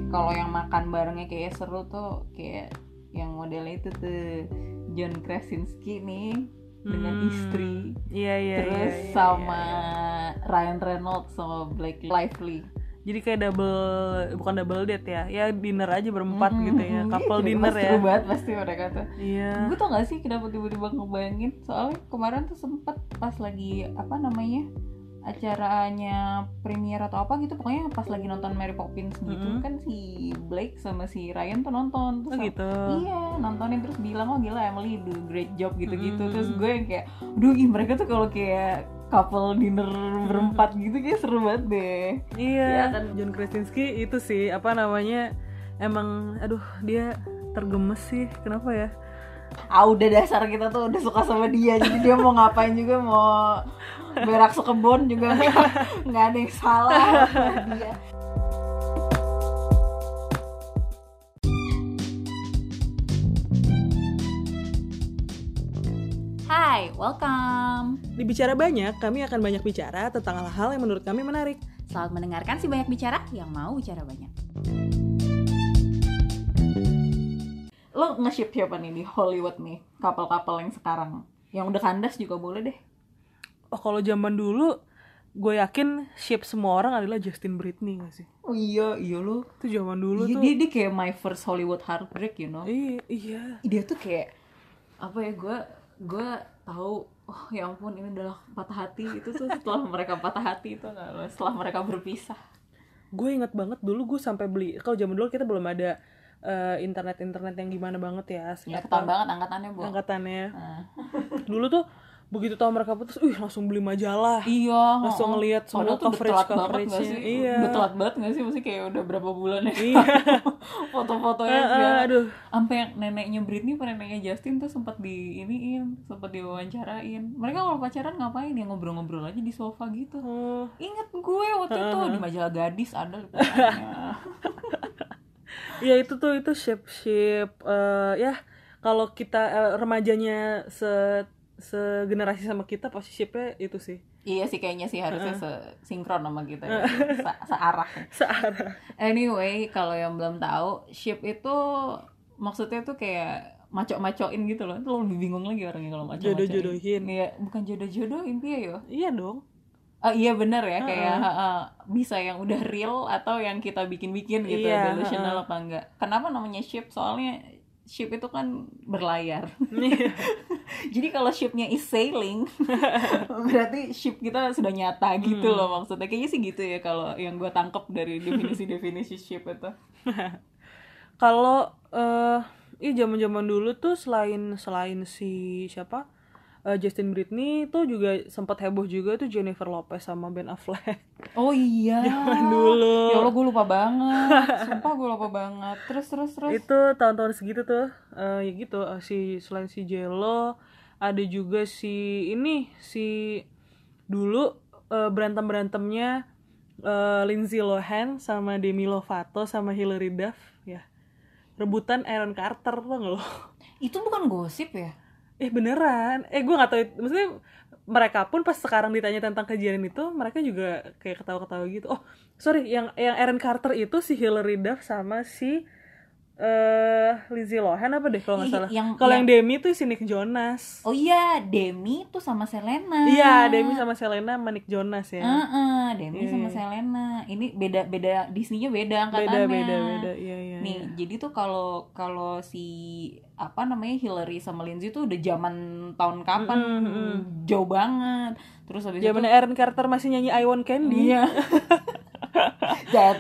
kalau yang makan barengnya kayak seru tuh kayak yang modelnya itu tuh John Krasinski nih dengan istri, terus sama Ryan Reynolds sama Blake Lively. Jadi kayak bukan double date ya dinner aja berempat gitu ya, couple dinner ya. Seru banget pasti mereka tuh. Iya. Gue tau gak sih kenapa tiba-tiba ngebayangin, soalnya kemarin tuh sempet pas lagi acaranya premier atau apa gitu, pokoknya pas lagi nonton Mary Poppins gitu kan si Blake sama si Ryan tuh nonton terus gitu. Iya, nontonin terus bilang oh gila Emily do great job gitu-gitu. Terus gue yang kayak aduh mereka tuh kalau kayak couple dinner berempat gitu kayak seru banget deh. Iya ya, kan John Krasinski itu sih emang aduh dia tergemes sih, kenapa ya? Udah dasar kita tuh udah suka sama dia, jadi dia mau ngapain juga, mau berak sekebon juga nggak ada yang salah sama dia. Hai, welcome. Di Bicara Banyak, kami akan banyak bicara tentang hal-hal yang menurut kami menarik. Selamat mendengarkan si banyak bicara yang mau bicara banyak. Lo nge-ship siapa nih di Hollywood nih, couple-couple yang sekarang? Yang udah kandas juga boleh deh. Oh, kalau zaman dulu gue yakin ship semua orang adalah Justin Britney gak sih? Oh iya lo. Itu zaman dulu tuh. Dia kayak my first Hollywood heartbreak, you know. Iya. Dia tuh kayak apa ya, gue tahu, oh ya ampun ini adalah patah hati. Itu tuh setelah mereka patah hati itu enggak, setelah mereka berpisah. Gue inget banget dulu gue sampai beli, kalau zaman dulu kita belum ada internet yang gimana banget ya. Ya ketahuan banget angkatannya. Dulu tuh begitu tahu mereka putus, langsung beli majalah. Iya. Langsung ngeliat semua coverage-nya. Iya. Udah telat banget nggak sih? Mesti kayak udah berapa bulan ya. Iya. Foto-fotonya segala. Aduh. Sampai neneknya Britney, neneknya Justin tuh sempat diwawancarain. Mereka kalau pacaran ngapain ya, ngobrol-ngobrol aja di sofa gitu. Ingat gue waktu itu di majalah Gadis ada pokoknya. Ya itu shape ya kalau kita remajanya segenerasi sama kita pasti shape-nya itu sih. Iya sih kayaknya sih harusnya sinkron sama kita ya. Searah. Anyway, kalau yang belum tahu, ship itu maksudnya tuh kayak macok-macokin gitu loh. Itu lo lebih bingung lagi orangnya kalau macok-macokin. Jodoh-jodohin. Iya, bukan jodoh-jodohin ya. Iya dong. Iya benar ya, kayak bisa yang udah real atau yang kita bikin-bikin gitu, delusional apa enggak. Kenapa namanya ship? Soalnya ship itu kan berlayar. Jadi kalau shipnya is sailing, berarti ship kita sudah nyata gitu loh maksudnya. Kayaknya sih gitu ya kalau yang gue tangkep dari definisi ship itu. Kalau zaman-zaman dulu tuh selain si siapa? Justin Britney tuh juga sempat heboh juga tuh Jennifer Lopez sama Ben Affleck. Oh iya. Zaman dulu. Ya Allah, gue lupa banget. Sumpah gue lupa banget. Terus. Itu tahun-tahun segitu tuh. Ya gitu. Selain si J.Lo, ada juga si dulu berantem-berantemnya Lindsay Lohan sama Demi Lovato sama Hilary Duff ya. Rebutan Aaron Carter tuh nggak lo? Itu bukan gosip ya? Beneran. Gue gak tahu, maksudnya mereka pun pas sekarang ditanya tentang kejadian itu, mereka juga kayak ketawa-ketawa gitu. Oh sorry, yang Aaron Carter itu si Hilary Duff sama si Lindsay Lohan apa deh kalau nggak salah. Kalau yang Demi tuh si Nick Jonas. Oh iya, Demi tuh sama Selena. Iya, Demi sama Selena sama Nick Jonas ya. Demi sama Selena. Ini beda Disney-nya beda angkatannya. Beda. Iya. Nih, jadi tuh kalau si Hillary sama Lindsay tuh udah zaman tahun kapan? Jauh banget. Terus habis itu zamannya Aaron Carter masih nyanyi I Want Candy. Iya. that.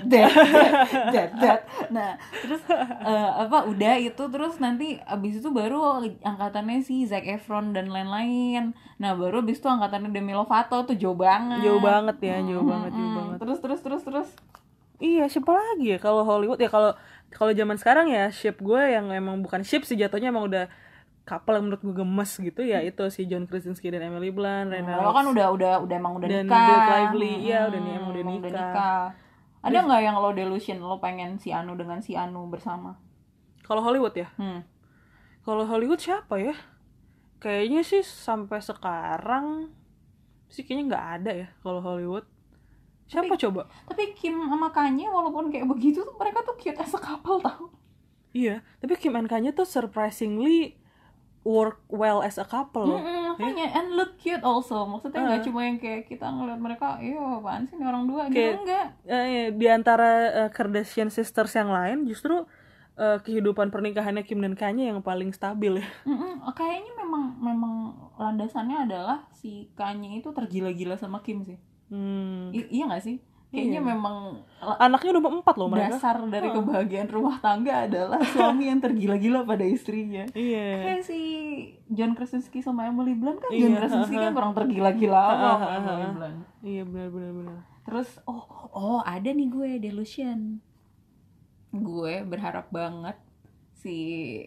Nah, terus udah itu, terus nanti abis itu baru angkatannya si Zac Efron dan lain-lain. Nah, baru abis itu angkatannya Demi Lovato tuh jauh banget. Jauh banget. Terus. Iya, siapa lagi ya kalau Hollywood ya, kalau zaman sekarang ya ship gue yang emang bukan ship sih jatuhnya, emang udah couple yang menurut gue gemes gitu ya, itu si John Krasinski dan Emily Blunt. Lo kan udah emang udah dan nikah. Dan Blake Lively, udah nikah. Ada nggak yang lo delusion, lo pengen si Anu dengan si Anu bersama? Kalau Hollywood ya? Kalau Hollywood siapa ya? Kayaknya sih sampai sekarang sih kayaknya nggak ada ya kalau Hollywood. Siapa coba? Tapi Kim sama Kanye walaupun kayak begitu mereka tuh cute as a couple tau. Iya, tapi Kim and Kanye tuh surprisingly work well as a couple. Makanya and look cute also. Maksudnya nggak cuma yang kayak kita ngeliat mereka, iya apaan sih nih orang dua gitu, enggak. Di antara Kardashian sisters yang lain justru kehidupan pernikahannya Kim dan Kanye yang paling stabil ya. Kayaknya memang landasannya adalah si Kanye itu tergila-gila sama Kim sih. Iya nggak sih? Kayaknya memang anaknya udah 4 loh mereka. Dasar dari kebahagiaan rumah tangga adalah suami yang tergila-gila pada istrinya. Kayak si John Krasinski sama Emily Blunt kan. John Krasinski kan orang tergila-gila sama Emily Blunt. Iya benar. Terus ada nih gue delusion. Gue berharap banget si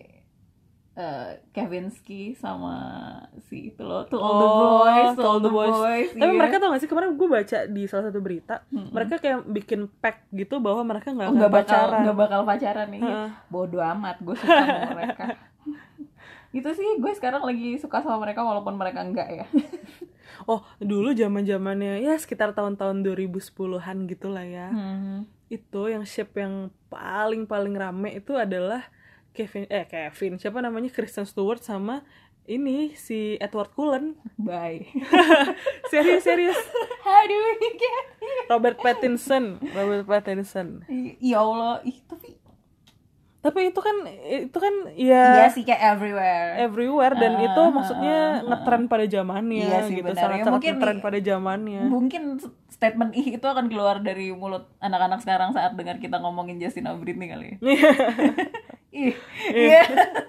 Kavinsky sama si itu loh, To All the Boys. Tapi mereka tau gak sih, kemarin gue baca di salah satu berita, mereka kayak bikin pact gitu bahwa mereka nggak bakal pacaran nih. Bodoh amat, gue suka sama mereka. Itu sih gue sekarang lagi suka sama mereka walaupun mereka enggak ya. Dulu zamannya ya sekitar tahun-tahun 2010-an gitulah ya. Itu yang ship yang paling rame itu adalah Kevin, siapa namanya, Kristen Stewart sama ini si Edward Cullen. Bye. serius. How do we get here? Robert Pattinson. Ya Allah, tapi itu kan ya. Iya sih, kayak everywhere dan itu maksudnya ngetren pada zamannya. Iya sih, gitu, sangat ngetren pada zamannya. Mungkin statement itu akan keluar dari mulut anak-anak sekarang saat dengar kita ngomongin Justin sama Britney kali ya. Iya.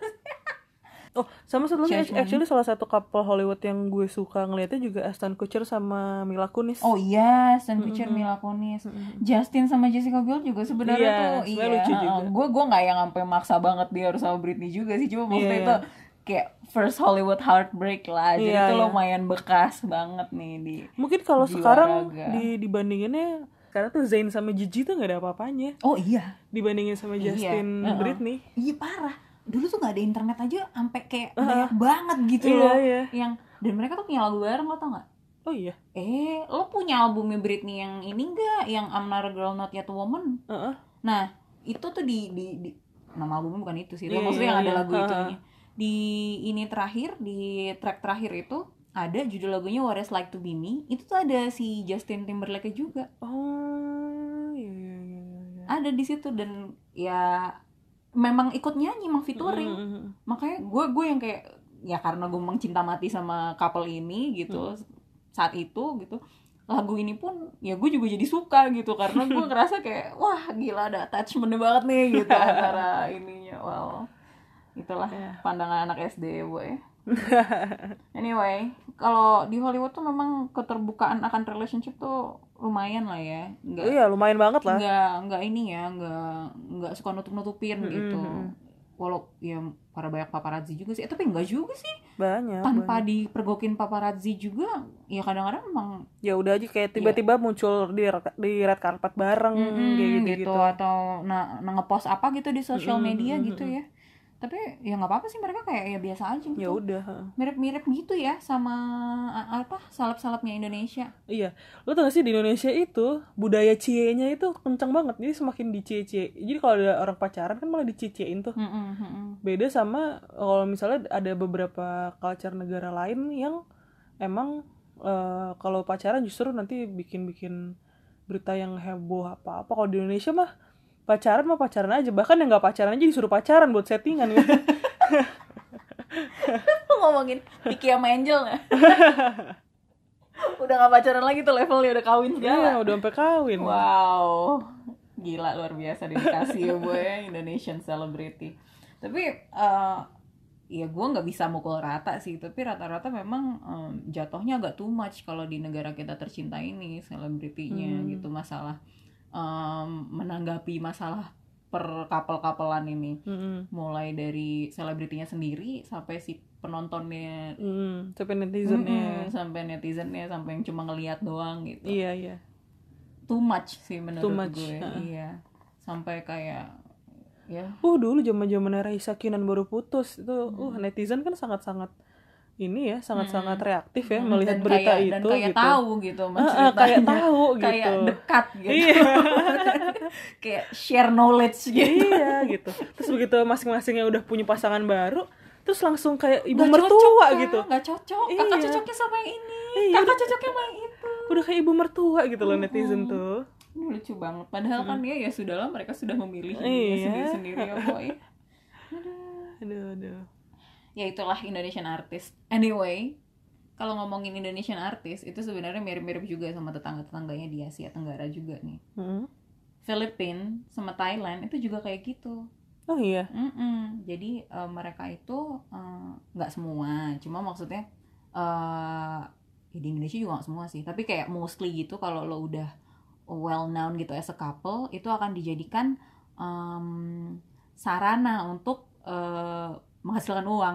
Sama satu lagi, actually salah satu couple Hollywood yang gue suka ngeliatnya juga Ashton Kutcher sama Mila Kunis. Oh iya, Ashton Kutcher, Mila Kunis. Justin sama Jessica Biel juga sebenarnya tuh lucu juga. Gue nggak yang sampai maksa banget dia harus sama Britney juga sih, cuma maksudnya itu kayak first Hollywood heartbreak lah, jadi itu lumayan bekas banget nih di. Mungkin kalau sekarang dibandinginnya karena tuh Zayn sama Gigi tuh nggak ada apa-apanya. Oh iya. Dibandingin sama Justin, Britney. Iya parah. Dulu tuh nggak ada internet aja, sampai kayak banyak banget gitu loh. Yang dan mereka tuh punya lagu bareng, lo tau nggak? Oh iya. Lo punya albumnya Britney yang ini nggak? Yang I'm Not a Girl Not Yet a Woman. Nah itu tuh di nama albumnya bukan itu sih. Maksudnya yang ada lagu itunya. Di ini terakhir, di track terakhir itu ada judul lagunya What It's Like to Be Me. Itu tuh ada si Justin Timberlake juga. Oh iya. Ada di situ dan ya memang ikut nyanyi, memang featuring. Makanya gue yang kayak ya karena gue memang cinta mati sama couple ini gitu. Saat itu gitu, lagu ini pun ya gue juga jadi suka gitu karena gue ngerasa kayak wah gila, ada attachment banget nih gitu antara ininya. Wow, itulah pandangan anak SD boy. Anyway, kalau di Hollywood tuh memang keterbukaan akan relationship tuh lumayan lah ya. Lumayan banget lah. Enggak ini ya, enggak suka nutup-nutupin gitu. Walau ya banyak paparazzi juga sih, tapi enggak juga sih. Banyak. Tanpa dipergokin paparazzi juga, ya kadang-kadang memang ya udah aja kayak tiba-tiba muncul di red carpet bareng kayak gitu atau nge-post apa gitu di sosial media gitu ya. Tapi ya nggak apa-apa sih, mereka kayak ya biasa aja gitu. Ya udah. Mirip-mirip gitu ya sama salap-salapnya Indonesia. Iya. Lo tau gak sih di Indonesia itu budaya cie-nya itu kencang banget. Jadi semakin dicie-cie. Jadi kalau ada orang pacaran kan malah dicie-ciein tuh. Beda sama kalau misalnya ada beberapa culture negara lain yang emang kalau pacaran justru nanti bikin berita yang heboh apa-apa. Kalau di Indonesia mah pacaran aja, bahkan yang nggak pacaran aja disuruh pacaran buat settingan gitu. Ngomongin Vicky sama Angel nggak? Udah nggak pacaran lagi tuh levelnya, udah kawin segala. Iya, udah sampai kawin. Wow, gila luar biasa dedikasi ya boy, Indonesian celebrity. Tapi ya gue nggak bisa mukul rata sih, tapi rata-rata memang jatuhnya agak too much kalau di negara kita tercinta ini selebritinya gitu, masalah menanggapi masalah per couple-couplean ini, mulai dari selebritinya sendiri sampai si penontonnya, sampai netizennya, sampai yang cuma ngelihat doang gitu. Iya. Too much sih menurut gue. Iya. Sampai kayak ya. Dulu zaman-zaman Raisa Kinan baru putus itu, netizen kan sangat-sangat ini ya sangat-sangat reaktif ya melihat berita kayak, itu dan kayak gitu. tahu gitu Kayak tahu gitu. Kayak dekat gitu. Iya. Kayak share knowledge gitu. Iya gitu. Terus begitu masing-masingnya udah punya pasangan baru, terus langsung kayak ibu Gak mertua cocok, kan? gitu. Gak cocok. Iya. Kakak cocoknya sama yang ini. Iya, Kakak cocoknya sama yang itu. Udah kayak ibu mertua gitu loh netizen tuh. Ini lucu banget. Padahal kan ya sudahlah, mereka sudah memilih sendiri-sendiri ya boy. Aduh. Ya itulah Indonesian artist. Anyway, kalau ngomongin Indonesian artist itu sebenarnya mirip-mirip juga sama tetangga-tetangganya di Asia Tenggara juga nih. Filipina sama Thailand itu juga kayak gitu. Oh iya. Jadi mereka itu nggak semua, cuma maksudnya di Indonesia juga nggak semua sih, tapi kayak mostly gitu. Kalau lo udah well known gitu as a couple, itu akan dijadikan sarana untuk menghasilkan uang.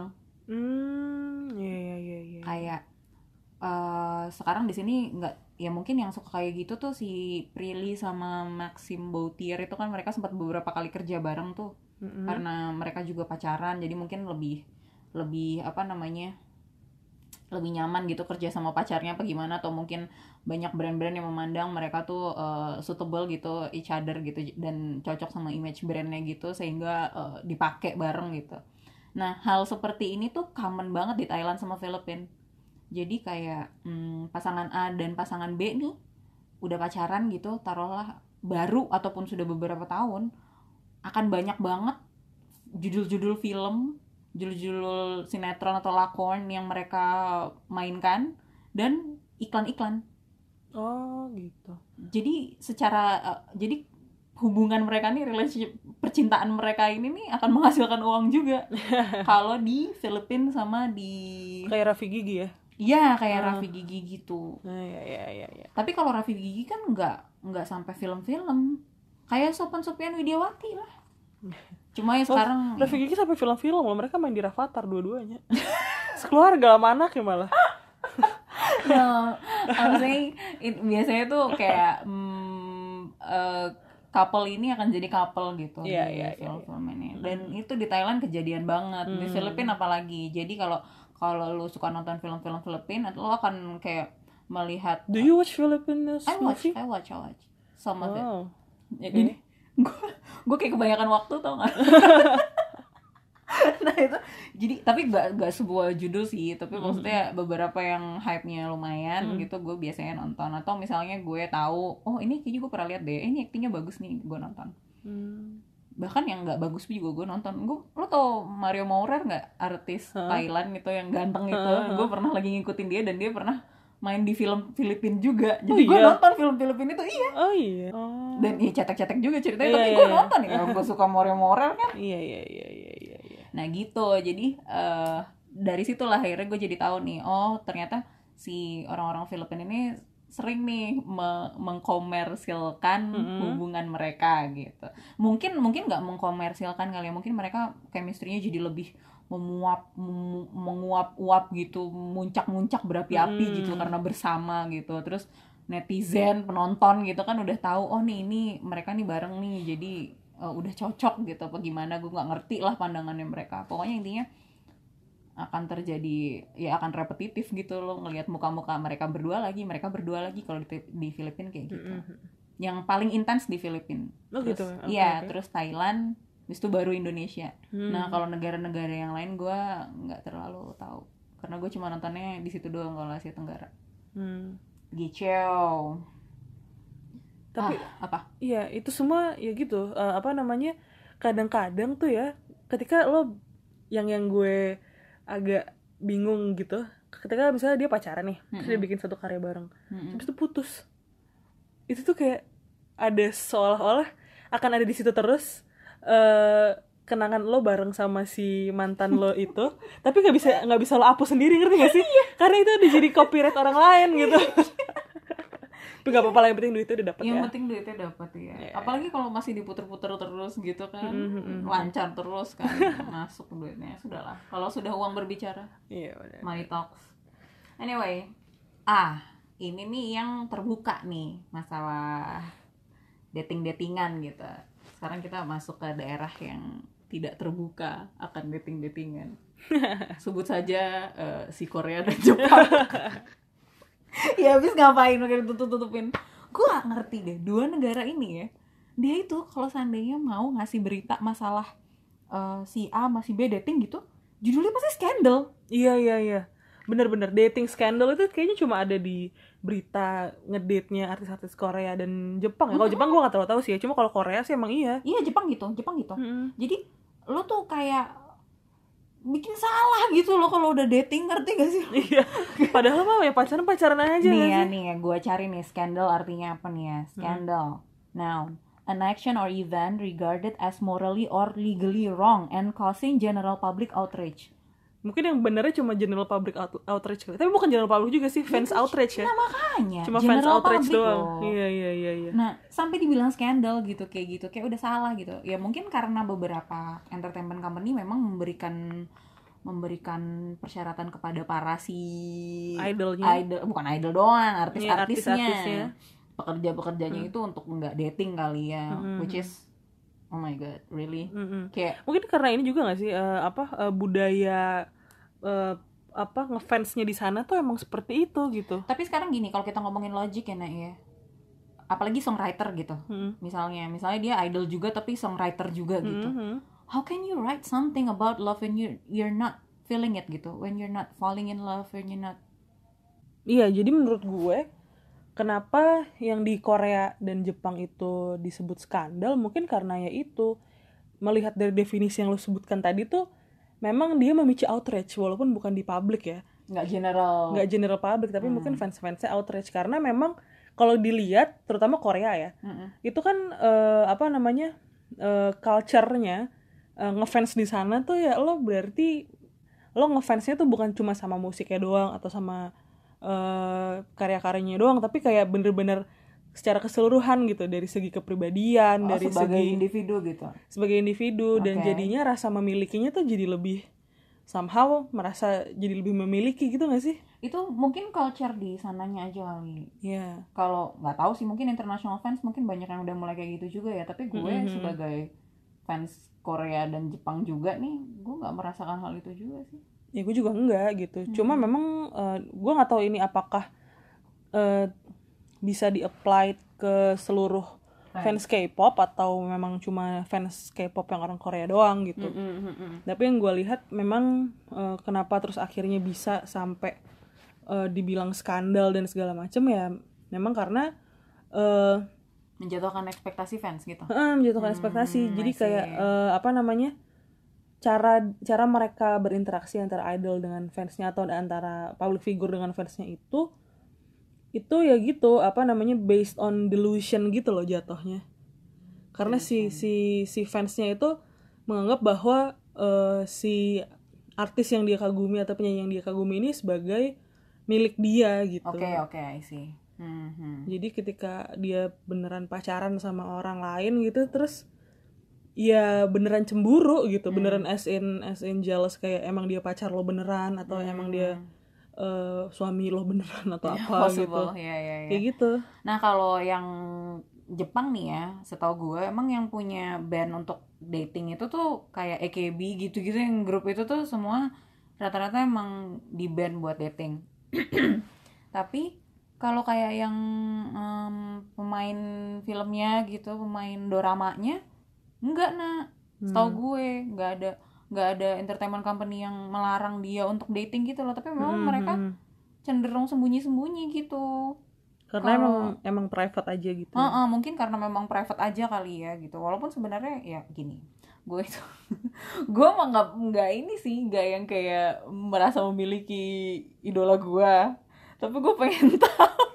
Iya. Kayak sekarang di sini nggak, ya mungkin yang suka kayak gitu tuh si Prilly sama Maxim Bautier itu kan mereka sempat beberapa kali kerja bareng tuh. Karena mereka juga pacaran, jadi mungkin lebih apa namanya, lebih nyaman gitu kerja sama pacarnya apa gimana, atau mungkin banyak brand-brand yang memandang mereka tuh suitable gitu each other gitu dan cocok sama image brandnya gitu, sehingga dipakai bareng gitu. Nah hal seperti ini tuh common banget di Thailand sama Filipina. Jadi kayak pasangan A dan pasangan B nih udah pacaran gitu, taruhlah baru ataupun sudah beberapa tahun, akan banyak banget judul-judul film, judul-judul sinetron atau lakon yang mereka mainkan, dan iklan-iklan. Oh gitu. Jadi jadi hubungan mereka nih, relationship percintaan mereka ini nih akan menghasilkan uang juga. Kalau di Filipina sama di kayak Raffi Gigi ya. Iya, kayak Raffi Gigi gitu. Iya. Tapi kalau Raffi Gigi kan nggak sampai film-film. Kayak Sopan-Sopian Widiawati lah. Cuma ya sekarang Raffi Gigi sampai film-film loh, mereka main di Rafathar dua-duanya. Sekeluarga sama anak ya malah. No, I'm saying biasanya tuh kayak couple ini akan jadi couple gitu di film-film ini. Dan itu di Thailand kejadian banget. Di Filipina apalagi. Jadi kalau lu suka nonton film-film Filipina, lo akan kayak melihat. Do you watch Filipinas movie? I watch some of it. Jadi gue kayak kebanyakan waktu, tau gak? Nah itu jadi, tapi gak sebuah judul sih, tapi maksudnya beberapa yang hype-nya lumayan gitu gue biasanya nonton. Atau misalnya gue tahu, oh ini kayaknya gue pernah lihat deh, ini aktingnya bagus nih, gue nonton. Bahkan yang nggak bagus juga gue nonton. Lo tau Mario Maurer nggak, artis Thailand gitu yang ganteng itu? Gue pernah lagi ngikutin dia, dan dia pernah main di film Filipina juga. Jadi gue nonton film Filipina itu. Iya. Dan cetek-cetek juga ceritanya, tapi gue nonton ya, gue suka Mario Maurer kan. Iya. Nah gitu, jadi dari situlah akhirnya gue jadi tahu nih, oh ternyata si orang-orang Filipina ini sering nih mengkomersilkan hubungan mereka gitu. Mungkin nggak mengkomersilkan kali ya, mungkin mereka chemistry-nya jadi lebih menguap-uap gitu, muncak-muncak berapi-api gitu karena bersama gitu. Terus netizen, penonton gitu kan udah tahu, oh nih ini mereka nih bareng nih, jadi udah cocok gitu apa gimana, gue nggak ngerti lah pandangannya mereka. Pokoknya intinya akan terjadi, ya akan repetitif gitu loh, ngelihat muka-muka mereka berdua lagi kalau di Filipina kayak gitu. Yang paling intens di Filipina. Terus, gitu. Iya, terus Thailand, habis itu baru Indonesia. Nah kalau negara-negara yang lain gue nggak terlalu tahu, karena gue cuma nontonnya di situ doang kalau Asia Tenggara. Gitu. Tapi apa? Iya, itu semua ya gitu. Kadang-kadang tuh ya, ketika lo yang gue agak bingung gitu, ketika misalnya dia pacaran nih, terus dia bikin satu karya bareng, terus itu putus. Itu tuh kayak ada seolah-olah akan ada di situ terus kenangan lo bareng sama si mantan lo itu, tapi nggak bisa lo hapus sendiri, ngerti gak sih? Karena itu udah jadi copyright orang lain gitu. Tapi gak apa-apa lah, yang penting duitnya udah dapet ya. Yang penting duitnya dapet ya. Apalagi kalau masih diputer-puter terus gitu kan, lancar terus kan, masuk duitnya. Sudahlah, kalau sudah uang berbicara. Iya benar. Money talks. Anyway, ini nih yang terbuka nih masalah dating-datingan gitu. Sekarang kita masuk ke daerah yang tidak terbuka akan dating-datingan. Sebut saja si Korea dan Jepang. Ya habis ngapain udah tutup-tutupin. Gue gak ngerti deh, dua negara ini ya, dia itu kalau seandainya mau ngasih berita masalah si A sama si B dating gitu, judulnya pasti skandal. Iya. Bener-bener dating skandal itu kayaknya cuma ada di berita ngedate-nya artis-artis Korea dan Jepang ya. Kalau Jepang gue gak terlalu tahu sih ya, cuma kalau Korea sih emang iya. Iya, Jepang gitu. Jadi lo tuh kayak bikin salah gitu loh kalau udah dating, ngerti gak sih? Iya. Padahal mah ya pacaran aja. Nih ya, gue cari nih skandal artinya apa nih ya? Skandal. Noun. An action or event regarded as morally or legally wrong and causing general public outrage. Mungkin yang benernya cuma general public outrage. Tapi bukan general public juga sih, fans outrage ya. Nah makanya Cuma fans outrage doang. Iya. Nah sampai dibilang skandal gitu, kayak udah salah gitu. Ya mungkin karena beberapa entertainment company memang memberikan persyaratan kepada para si idol, bukan idol doang, artis-artisnya. Pekerja-pekerjanya itu untuk nggak dating kali ya, which is oh my god, really? Kayak mungkin karena ini juga nggak sih budaya ngefansnya di sana tuh emang seperti itu gitu. Tapi sekarang gini, kalau kita ngomongin logik ya Nak ya, apalagi songwriter gitu, misalnya dia idol juga tapi songwriter juga gitu. How can you write something about love when you're not feeling it gitu, when you're not falling in love, when you're not. Iya, jadi menurut gue kenapa yang di Korea dan Jepang itu disebut skandal, mungkin karena ya itu, melihat dari definisi yang lo sebutkan tadi tuh memang dia memicu outrage walaupun bukan di publik ya. Nggak general public, tapi mungkin fans-fansnya outrage karena memang kalau dilihat terutama Korea ya, itu kan culture-nya ngefans di sana tuh ya lo berarti lo ngefansnya tuh bukan cuma sama musiknya doang atau sama karya-karyanya doang, tapi kayak bener-bener secara keseluruhan gitu, dari segi kepribadian, dari sebagai segi individu gitu. Sebagai individu, dan jadinya rasa memilikinya tuh jadi lebih somehow merasa jadi lebih memiliki gitu nggak sih? Itu mungkin culture di sananya aja kali. Iya. Kalau nggak tahu sih, mungkin international fans mungkin banyak yang udah mulai kayak gitu juga ya. Tapi gue sebagai fans Korea dan Jepang juga nih, gue nggak merasakan hal itu juga sih. Ya gue juga enggak gitu. Cuma memang gue nggak tahu ini apakah bisa di-apply ke seluruh fans K-pop atau memang cuma fans K-pop yang orang Korea doang gitu. Tapi yang gue lihat memang kenapa terus akhirnya bisa sampai dibilang skandal dan segala macam ya memang karena menjatuhkan ekspektasi fans gitu. Menjatuhkan ekspektasi. Jadi kayak cara mereka berinteraksi antara idol dengan fansnya atau antara public figure dengan fansnya itu ya gitu based on delusion gitu loh jatuhnya. Karena si fansnya itu menganggap bahwa si artis yang dia kagumi atau penyanyi yang dia kagumi ini sebagai milik dia gitu. Oke, I see. Jadi ketika dia beneran pacaran sama orang lain gitu, terus ya beneran cemburu gitu, beneran as in jealous, kayak emang dia pacar lo beneran atau emang dia suami lo beneran atau apa possible, gitu. Ya. Kayak gitu. Nah kalau yang Jepang nih ya, setahu gue emang yang punya band untuk dating itu tuh kayak AKB gitu-gitu, yang grup itu tuh semua rata-rata emang di band buat dating. Tapi kalau kayak yang pemain filmnya gitu, pemain doramanya, enggak Nak. Setahu gue nggak ada entertainment company yang melarang dia untuk dating gitu loh, tapi memang mereka cenderung sembunyi-sembunyi gitu. Karena emang private aja gitu. Mungkin karena memang private aja kali ya gitu. Walaupun sebenarnya ya gini, gue itu gue mah nggak ini sih, nggak yang kayak merasa memiliki idola gue, tapi gue pengen tahu.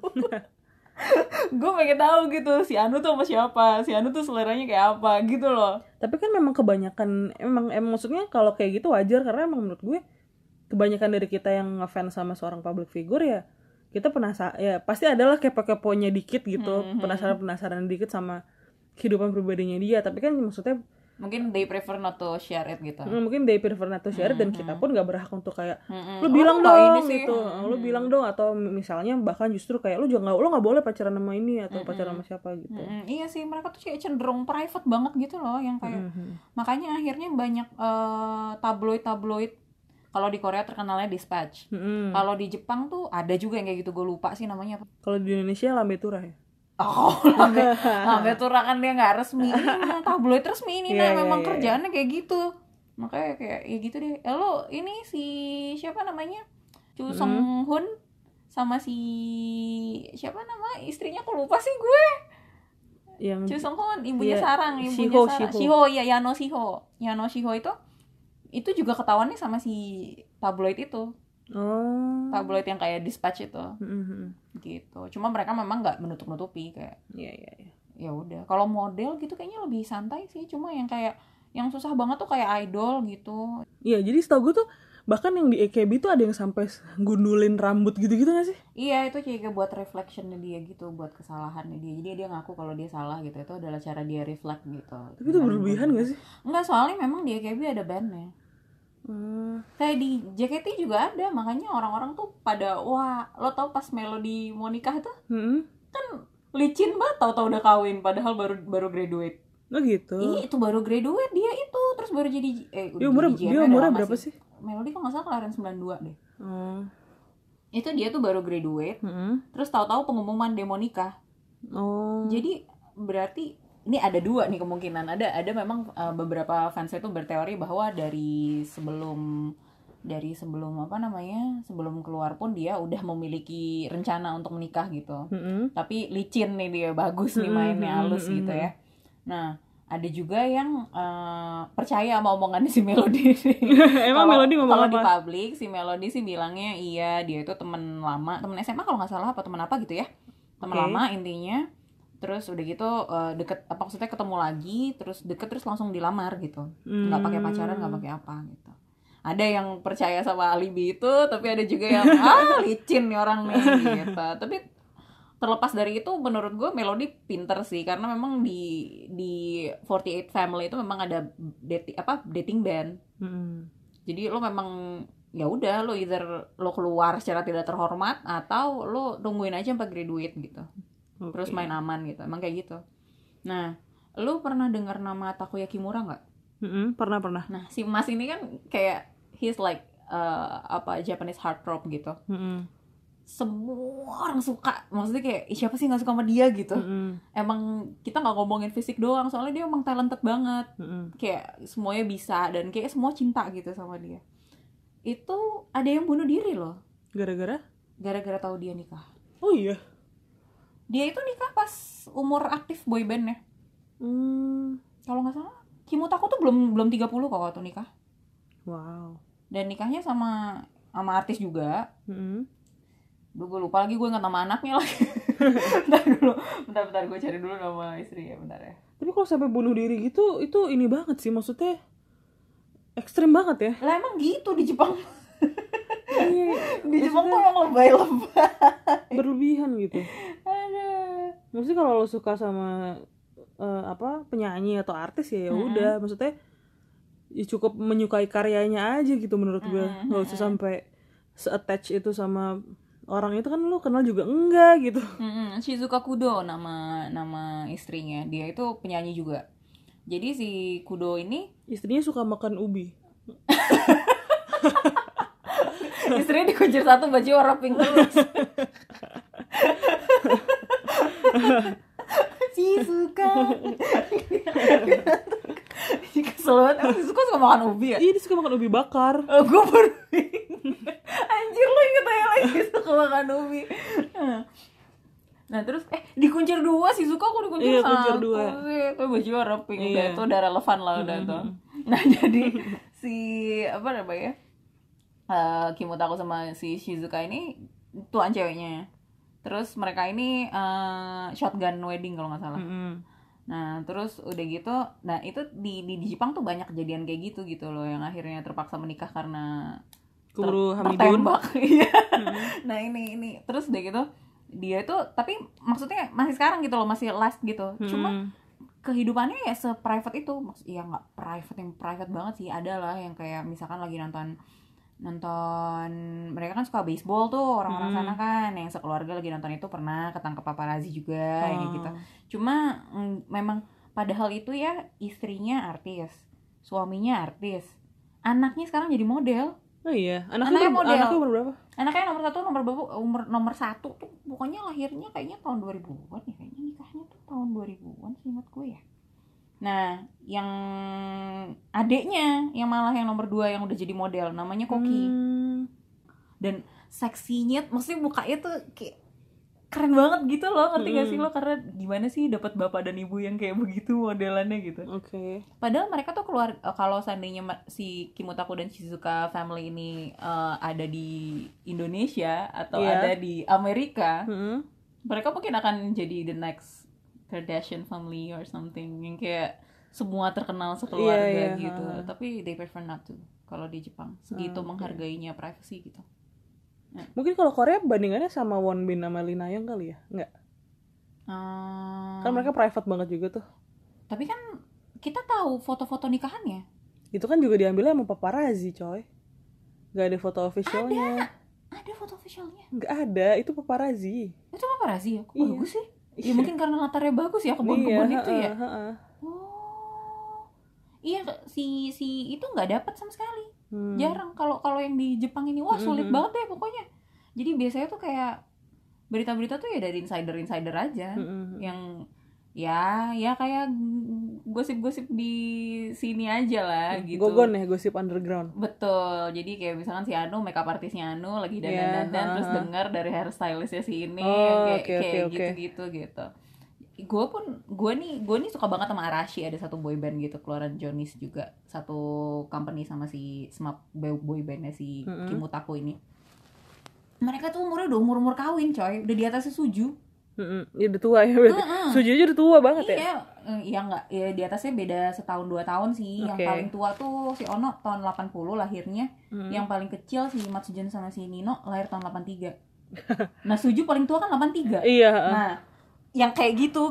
Gue pengen tahu gitu, si Anu tuh sama siapa, si Anu tuh seleranya kayak apa gitu loh. Tapi kan memang kebanyakan emang maksudnya kalau kayak gitu wajar, karena emang menurut gue kebanyakan dari kita yang ngefans sama seorang public figure ya kita penasaran, ya pasti adalah kepo-keponya dikit gitu, penasaran dikit sama kehidupan pribadinya dia. Tapi kan maksudnya Mungkin they prefer not to share it gitu. Mungkin they prefer not to share dan kita pun gak berhak untuk kayak lu Oh, bilang lu nggak ini dong sih. gitu. Lu bilang dong, atau misalnya bahkan justru kayak lu nggak boleh pacaran sama ini atau pacaran sama siapa gitu. Iya sih, mereka tuh kayak cenderung private banget gitu loh, yang kayak makanya akhirnya banyak tabloid. Kalau di Korea terkenalnya Dispatch. Kalau di Jepang tuh ada juga yang kayak gitu, gue lupa sih namanya apa. Kalau di Indonesia Lambe Turah ya. Oh, Lambe Turah kan dia nggak resmi. Ini tabloid resmi ini, Iya, memang iya. kerjaannya kayak gitu. Makanya kayak ya gitu deh. Lo ini si siapa namanya? Chu Song Hoon sama si siapa nama istrinya, aku lupa sih gue. Yang Chu Song Hoon, ibunya Iya, Sarang, ibunya Shiho, Sarang. Shiho. Shiho, ya Yano Shiho itu juga ketahuannya sama si tabloid itu. Oh. Tabloid yang kayak Dispatch itu. Mm-hmm. Gitu. Cuma mereka memang nggak menutup-nutupi kayak Iya. ya udah. Kalau model gitu kayaknya lebih santai sih. Cuma yang kayak yang susah banget tuh kayak idol gitu. Iya, jadi setahu gue tuh bahkan yang di AKB tuh ada yang sampai gundulin rambut gitu-gitu gak sih? Iya, itu kayak buat reflectionnya dia gitu, buat kesalahannya dia. Jadi dia ngaku kalau dia salah gitu. Itu adalah cara dia reflect gitu. Tapi itu berlebihan gak sih? Enggak, soalnya memang di AKB ada bandnya. Kayak di JKT juga ada, makanya orang-orang tuh pada wah, lo tau pas Melody mau nikah tuh kan licin banget, tau udah kawin padahal baru graduate. Oh gitu. Iya, itu baru graduate dia itu, terus baru jadi Dia umurnya berapa sih? Melody kok nggak salah kelahiran 92 deh. Itu Dia tuh baru graduate, terus tahu-tahu pengumuman dia mau nikah. Jadi berarti ini ada dua nih kemungkinan. Ada memang beberapa fans itu berteori bahwa dari sebelum apa namanya, sebelum keluar pun dia udah memiliki rencana untuk menikah gitu. Tapi licin nih dia, bagus nih mainnya, halus gitu ya. Nah, ada juga yang percaya sama omongannya si Melody. Emang Melody ngomong kalau apa? di publik si Melody sih bilangnya iya dia itu teman lama, teman SMA kalau nggak salah, apa teman apa gitu ya, teman lama intinya. Terus udah gitu deket, apa maksudnya ketemu lagi, terus deket, terus langsung dilamar gitu, nggak pakai pacaran, nggak pakai apa gitu. Ada yang percaya sama alibi itu, tapi ada juga yang licin nih orang nih gitu. Tapi terlepas dari itu, menurut gue Melody pinter sih, karena memang di 48 Family itu memang ada dating band. Jadi lo memang ya udah, lo either lo keluar secara tidak terhormat atau lo tungguin aja sampai graduate gitu. Terus main aman gitu, emang kayak gitu. Nah, lo pernah dengar nama Takuya Kimura nggak? Pernah. Nah, si Mas ini kan kayak he's like Japanese heartthrob gitu. Semua orang suka, maksudnya kayak siapa sih nggak suka sama dia gitu. Emang kita nggak ngomongin fisik doang, soalnya dia emang talented banget. Kayak semuanya bisa dan kayak semua cinta gitu sama dia. Itu ada yang bunuh diri loh. Gara-gara tahu dia nikah. Oh iya. Dia itu nikah pas umur aktif boybandnya. Kalau nggak salah, Kimutaku tuh belum 30 kok waktu nikah. Wow. Dan nikahnya sama artis juga. Duh, gue lupa lagi, gue nggak nama anaknya lagi. bentar gue cari dulu nama istri ya, bentar ya. Tapi kalau sampai bunuh diri gitu, itu ini banget sih, maksudnya ekstrim banget ya. Lah emang gitu di Jepang. Di Iya, Jepang tuh emang lebay. berlebihan gitu. Aduh. Maksudnya kalau lo suka sama penyanyi atau artis ya udah, maksudnya ya cukup menyukai karyanya aja gitu menurut gue. Nggak usah sampai se-attach itu sama orang itu, kan lo kenal juga enggak gitu. Shizuka Kudo nama istrinya. Dia itu penyanyi juga. Jadi si Kudo ini Istrinya suka makan ubi. istrinya dikuncir satu, baju warna pink terus. Shizuka. Kesel banget. Emang Shizuka suka makan ubi ya? Iya, dia suka makan ubi bakar. Gue baru anjir, lo inget aja lagi suka makan ubi. Nah terus dikuncir dua, Shizuka aku dikuncir satu. Kuncir dua. Itu baju warna pink. Itu udah relevan lah udah tuh. Nah jadi si apa namanya, Kimutaku sama si Shizuka ini tuan ceweknya. Terus mereka ini shotgun wedding kalau nggak salah. Nah terus udah gitu, nah itu di Jepang tuh banyak kejadian kayak gitu loh, yang akhirnya terpaksa menikah karena tertembak. Iya. Nah ini terus udah gitu dia itu, tapi maksudnya masih sekarang gitu loh, masih last gitu. Cuma kehidupannya ya se-private itu. Ya nggak private yang private banget sih, ada lah yang kayak misalkan lagi nonton mereka kan suka baseball tuh orang-orang sana kan, yang sekeluarga lagi nonton itu pernah ketangkep paparazzi juga kayak gitu. Cuma memang padahal itu ya istrinya artis, suaminya artis, anaknya sekarang jadi model. Oh iya, anaknya model. Anaknya umur berapa? Anaknya nomor 1 tuh pokoknya lahirnya kayaknya tahun 2000-an ya, kayaknya nikahnya tuh tahun 2000-an seingat gue ya. Nah, yang adeknya yang malah yang nomor 2 yang udah jadi model namanya Koki. Dan seksinya, maksudnya mukanya tuh kayak keren banget gitu loh, ngerti gak sih lo? Karena gimana sih dapat bapak dan ibu yang kayak begitu modelannya gitu. Oke. Padahal mereka tuh keluar, kalau seandainya si Kimutaku dan Shizuka family ini ada di Indonesia atau ada di Amerika, mereka mungkin akan jadi the next Kardashian family or something, yang kayak semua terkenal sekeluarga gitu. Tapi they prefer not to. Kalau di Jepang segitu menghargainya privacy gitu. Mungkin kalau Korea bandingannya sama Wonbin sama Lee Na-young kali ya? Enggak. Kan mereka private banget juga tuh. Tapi kan kita tahu foto-foto nikahannya. Itu kan juga diambilnya sama paparazzi, coy. Gak ada foto officialnya. Ada foto officialnya? Gak ada, itu paparazzi. Itu paparazzi ya? Kok bagus sih? Ya mungkin karena latarnya bagus ya, kebun-kebun itu ya. Oh. Iya, si itu nggak dapat sama sekali. Jarang. Kalau yang di Jepang ini wah sulit banget deh pokoknya. Jadi biasanya tuh kayak berita-berita tuh ya dari insider aja, yang ya kayak gosip-gosip di sini aja lah gitu. Gogon ya, gosip underground. Betul. Jadi kayak misalkan si Anu, makeup artisnya Anu lagi dandan terus dengar dari hairstylistnya si ini kayak gitu. Gue nih suka banget sama Arashi, ada satu boyband gitu keluaran Jonis juga, satu company sama si SMAP boybandnya si Kimutaku ini. Mereka tuh umurnya udah umur kawin coy, udah di atasnya Suju. Ya udah tua ya berarti. Suju aja udah tua banget ya. Iya enggak, ya di atasnya beda setahun 2 tahun sih. Yang paling tua tuh si Ono tahun 80 lahirnya. Yang paling kecil si Matsujan sama si Nino lahir tahun 83. Nah Suju paling tua kan 83. Iya. Nah yang kayak gitu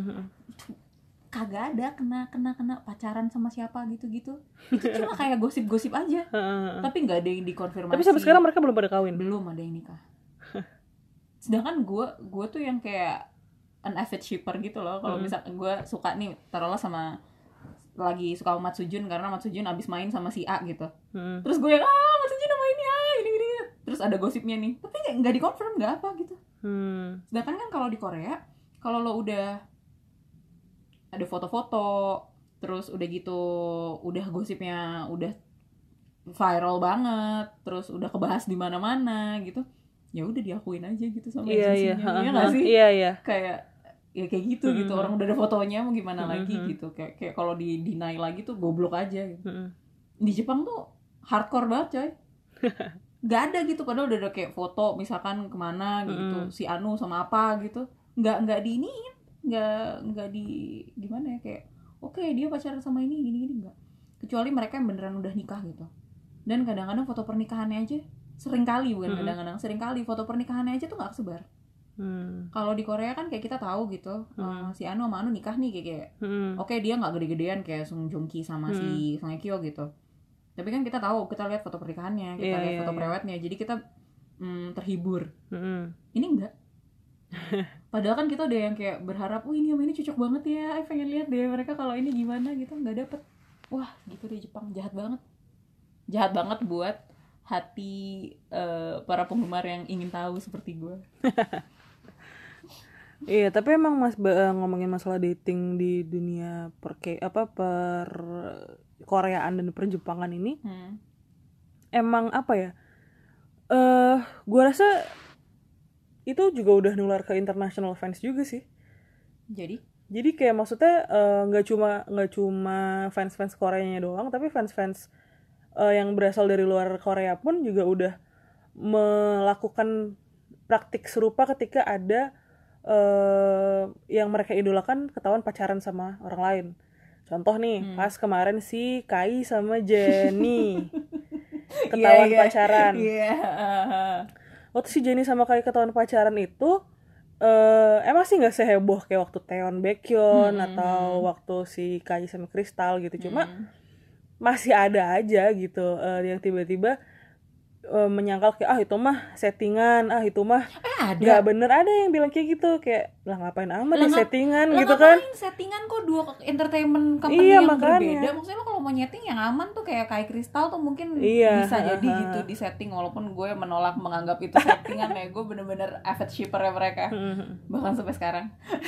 kagak ada kena pacaran sama siapa gitu itu cuma kayak gosip aja. Tapi nggak ada yang dikonfirmasi. Tapi sampai sekarang mereka belum pada kawin. Belum ada yang nikah. Sedangkan gue tuh yang kayak an avid shipper gitu loh. Kalau misalkan gue suka nih, taruhlah sama lagi suka sama Matsujun karena Matsujun abis main sama si A gitu. Terus gue yang Matsujun sama ini gini. Terus ada gosipnya nih, tapi nggak dikonfirm nggak apa gitu. Sedangkan kan kalau di Korea, kalau lo udah ada foto-foto, terus udah gitu, udah gosipnya udah viral banget, terus udah kebahas di mana-mana gitu, ya udah diakuin aja gitu sama agensinya, ya nggak sih? Iya. Kayak gitu gitu, orang udah ada fotonya mau gimana lagi gitu, kayak kalau di deny lagi tuh goblok aja gitu. Di Jepang tuh hardcore banget coy. Nggak ada gitu, padahal udah ada kayak foto misalkan kemana gitu, si Anu sama apa gitu, nggak diiniin, nggak di gimana ya, kayak oke, dia pacaran sama ini gini nggak, kecuali mereka yang beneran udah nikah gitu. Dan kadang-kadang foto pernikahannya aja sering kali foto pernikahannya aja tuh nggak kesebar. Kalau di Korea kan kayak kita tahu gitu, si Anu sama Anu nikah nih kayak oke, dia nggak gede-gedean kayak Sung Joong Ki sama si Song Hye Kyo gitu, tapi kan kita tahu, kita lihat foto pernikahannya, kita lihat foto prewednya, jadi kita terhibur. Ini enggak. Padahal kan kita udah yang kayak berharap, ini sama ini cocok banget ya, pengen lihat deh mereka kalau ini gimana gitu, nggak dapet. Wah gitu deh, Jepang jahat banget buat hati para penggemar yang ingin tahu seperti gue. Iya, tapi emang ngomongin masalah dating di dunia per Koreaan dan perjepangan ini, emang apa ya? Gue rasa itu juga udah nular ke international fans juga sih. Jadi kayak maksudnya nggak cuma fans Koreanya doang, tapi fans yang berasal dari luar Korea pun juga udah melakukan praktik serupa ketika ada yang mereka idolakan ketahuan pacaran sama orang lain. Contoh nih, pas kemarin si Kai sama Jennie ketahuan pacaran. Waktu si Jennie sama Kai ketahuan pacaran itu, emang sih nggak seheboh kayak waktu Taeyeon Baekhyun atau waktu si Kai sama Crystal gitu, cuma masih ada aja gitu yang tiba-tiba menyangkal kayak itu mah settingan, itu mah nggak bener. Ada yang bilang kayak gitu, kayak lah ngapain amat di settingan gitu kan. Settingan kok dua entertainment company yang berbeda. Maksudnya lo kalau mau nyeting yang aman tuh kayak Crystal tuh mungkin bisa jadi gitu di setting, walaupun gue menolak menganggap itu settingan ya. Gue bener-bener avid shipper-nya mereka bahkan sampai sekarang.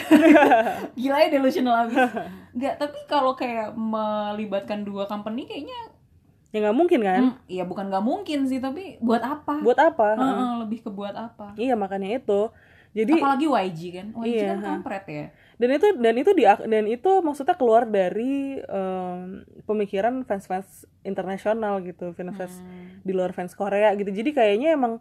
Gila ya, delusional abis. Nggak, tapi kalau kayak melibatkan dua company kayaknya ya nggak mungkin kan? Iya, bukan nggak mungkin sih, tapi buat apa? Lebih ke buat apa? Iya, makanya itu. Jadi apalagi YG kan, YG kan kampret ya. Dan itu maksudnya keluar dari pemikiran fans internasional gitu, fans di luar fans Korea gitu. Jadi kayaknya emang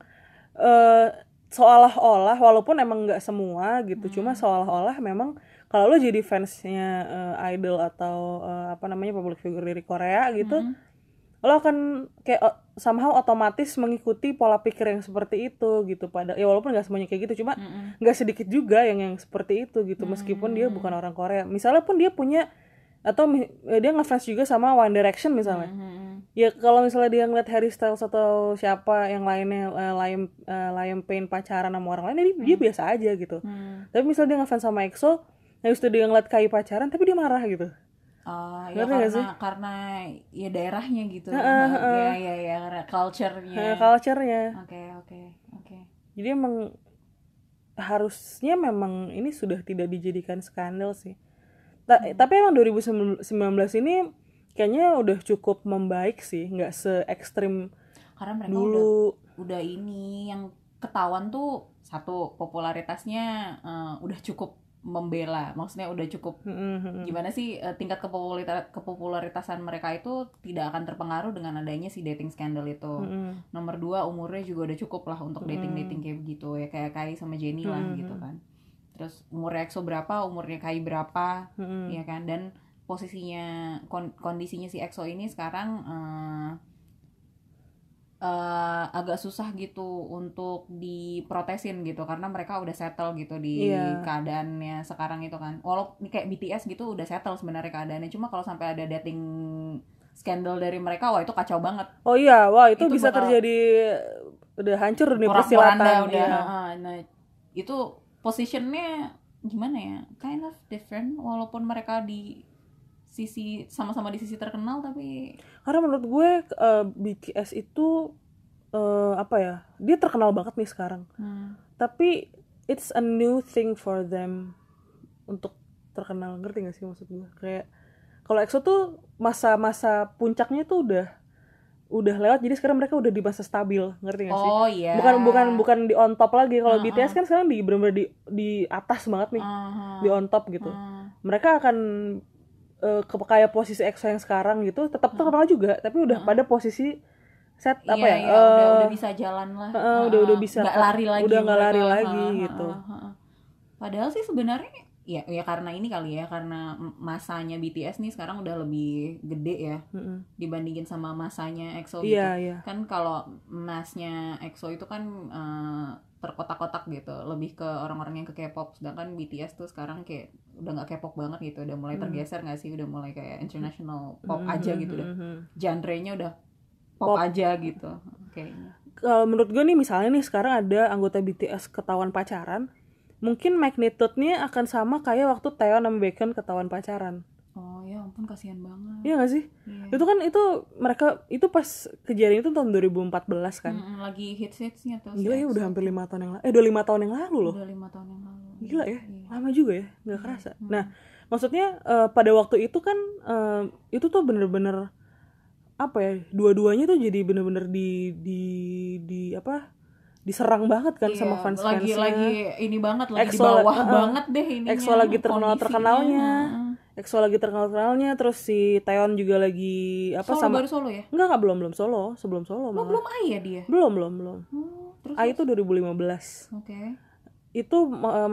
seolah-olah, walaupun emang nggak semua gitu, cuma seolah-olah memang kalau lo jadi fansnya idol atau public figure dari Korea gitu, lo akan kayak somehow otomatis mengikuti pola pikir yang seperti itu gitu. Pada ya walaupun nggak semuanya kayak gitu, cuma nggak sedikit juga yang seperti itu gitu, meskipun dia bukan orang Korea. Misalnya pun dia punya atau dia ngefans juga sama One Direction misalnya. Ya kalau misalnya dia ngeliat Harry Styles atau siapa yang lainnya Liam Payne pacaran sama orang lain, dia biasa aja gitu. Tapi misalnya dia ngefans sama EXO, habis itu dia ngeliat Kai pacaran tapi dia marah gitu. Ya karena ya daerahnya gitu. Ya karena culture-nya. Oke. Jadi emang harusnya memang ini sudah tidak dijadikan skandal sih. Tapi emang 2019 ini kayaknya udah cukup membaik sih, nggak se-ekstrim karena mereka dulu. Udah ini yang ketahuan tuh, satu, popularitasnya udah cukup membela, maksudnya udah cukup gimana sih, tingkat kepopularitasan mereka itu tidak akan terpengaruh dengan adanya si dating scandal itu. Nomor 2, umurnya juga udah cukup lah untuk dating kayak begitu ya, kayak Kai sama Jennie lah gitu kan. Terus umurnya EXO berapa, umurnya Kai berapa, ya kan. Dan posisinya kondisinya si EXO ini sekarang agak susah gitu untuk diprotesin gitu, karena mereka udah settle gitu di keadaannya sekarang itu kan. Walaupun kayak BTS gitu udah settle sebenarnya keadaannya, cuma kalau sampai ada dating skandal dari mereka, wah itu kacau banget. Oh iya, wah itu bisa terjadi, udah hancur dunia persilatan. Nah itu positionnya gimana ya, kind of different, walaupun mereka di sisi sama-sama di sisi terkenal, tapi karena menurut gue BTS itu dia terkenal banget nih sekarang, tapi it's a new thing for them untuk terkenal. Ngerti gak sih maksud gue? Kayak kalau EXO tuh masa-masa puncaknya tuh udah lewat, jadi sekarang mereka udah di masa stabil. Ngerti gak sih? Oh iya. Bukan di on top lagi. Kalau BTS kan sekarang bener-bener di atas banget nih, di on top gitu. Mereka akan kayak posisi EXO yang sekarang gitu, tetap terkenal juga, tapi udah pada posisi udah bisa jalan lah, udah bisa nggak lari lagi, udah nggak lari lagi gitu. Padahal sih sebenarnya ya karena ini kali ya, karena masanya BTS nih sekarang udah lebih gede ya dibandingin sama masanya EXO gitu. Kan kalau masnya EXO itu kan terkotak-kotak gitu, lebih ke orang-orang yang ke K-pop, sedangkan BTS tuh sekarang kayak udah nggak K-pop banget gitu, udah mulai tergeser nggak sih, udah mulai kayak international pop aja gitu, udah genre-nya udah pop aja gitu kayaknya. Kalau menurut gue nih, misalnya nih sekarang ada anggota BTS ketahuan pacaran, mungkin magnitude-nya akan sama kayak waktu Taeyeon sama Baekhyun ketahuan pacaran. Oh ya ampun, kasihan banget. Iya gak sih? Iya. Itu mereka itu pas kejadian itu tahun 2014 kan. Lagi hits-hitsnya tuh. Gila ya, udah hampir 5 tahun yang lalu. Udah 5 tahun yang lalu loh. Udah 5 tahun yang lalu. Gila ya, lama juga ya, gak kerasa. Nah, maksudnya pada waktu itu kan itu tuh bener-bener dua-duanya tuh jadi bener-bener diserang banget kan sama fans-fansnya. Lagi ini banget, lagi di bawah banget deh ininya. EXO lagi terkenal-terkenalnya. Terus si Taeyeon juga lagi baru solo ya? Enggak, belum solo, sebelum solo malah. Belum AI ya dia? Belum. Terus AI itu 2015. Oke. Itu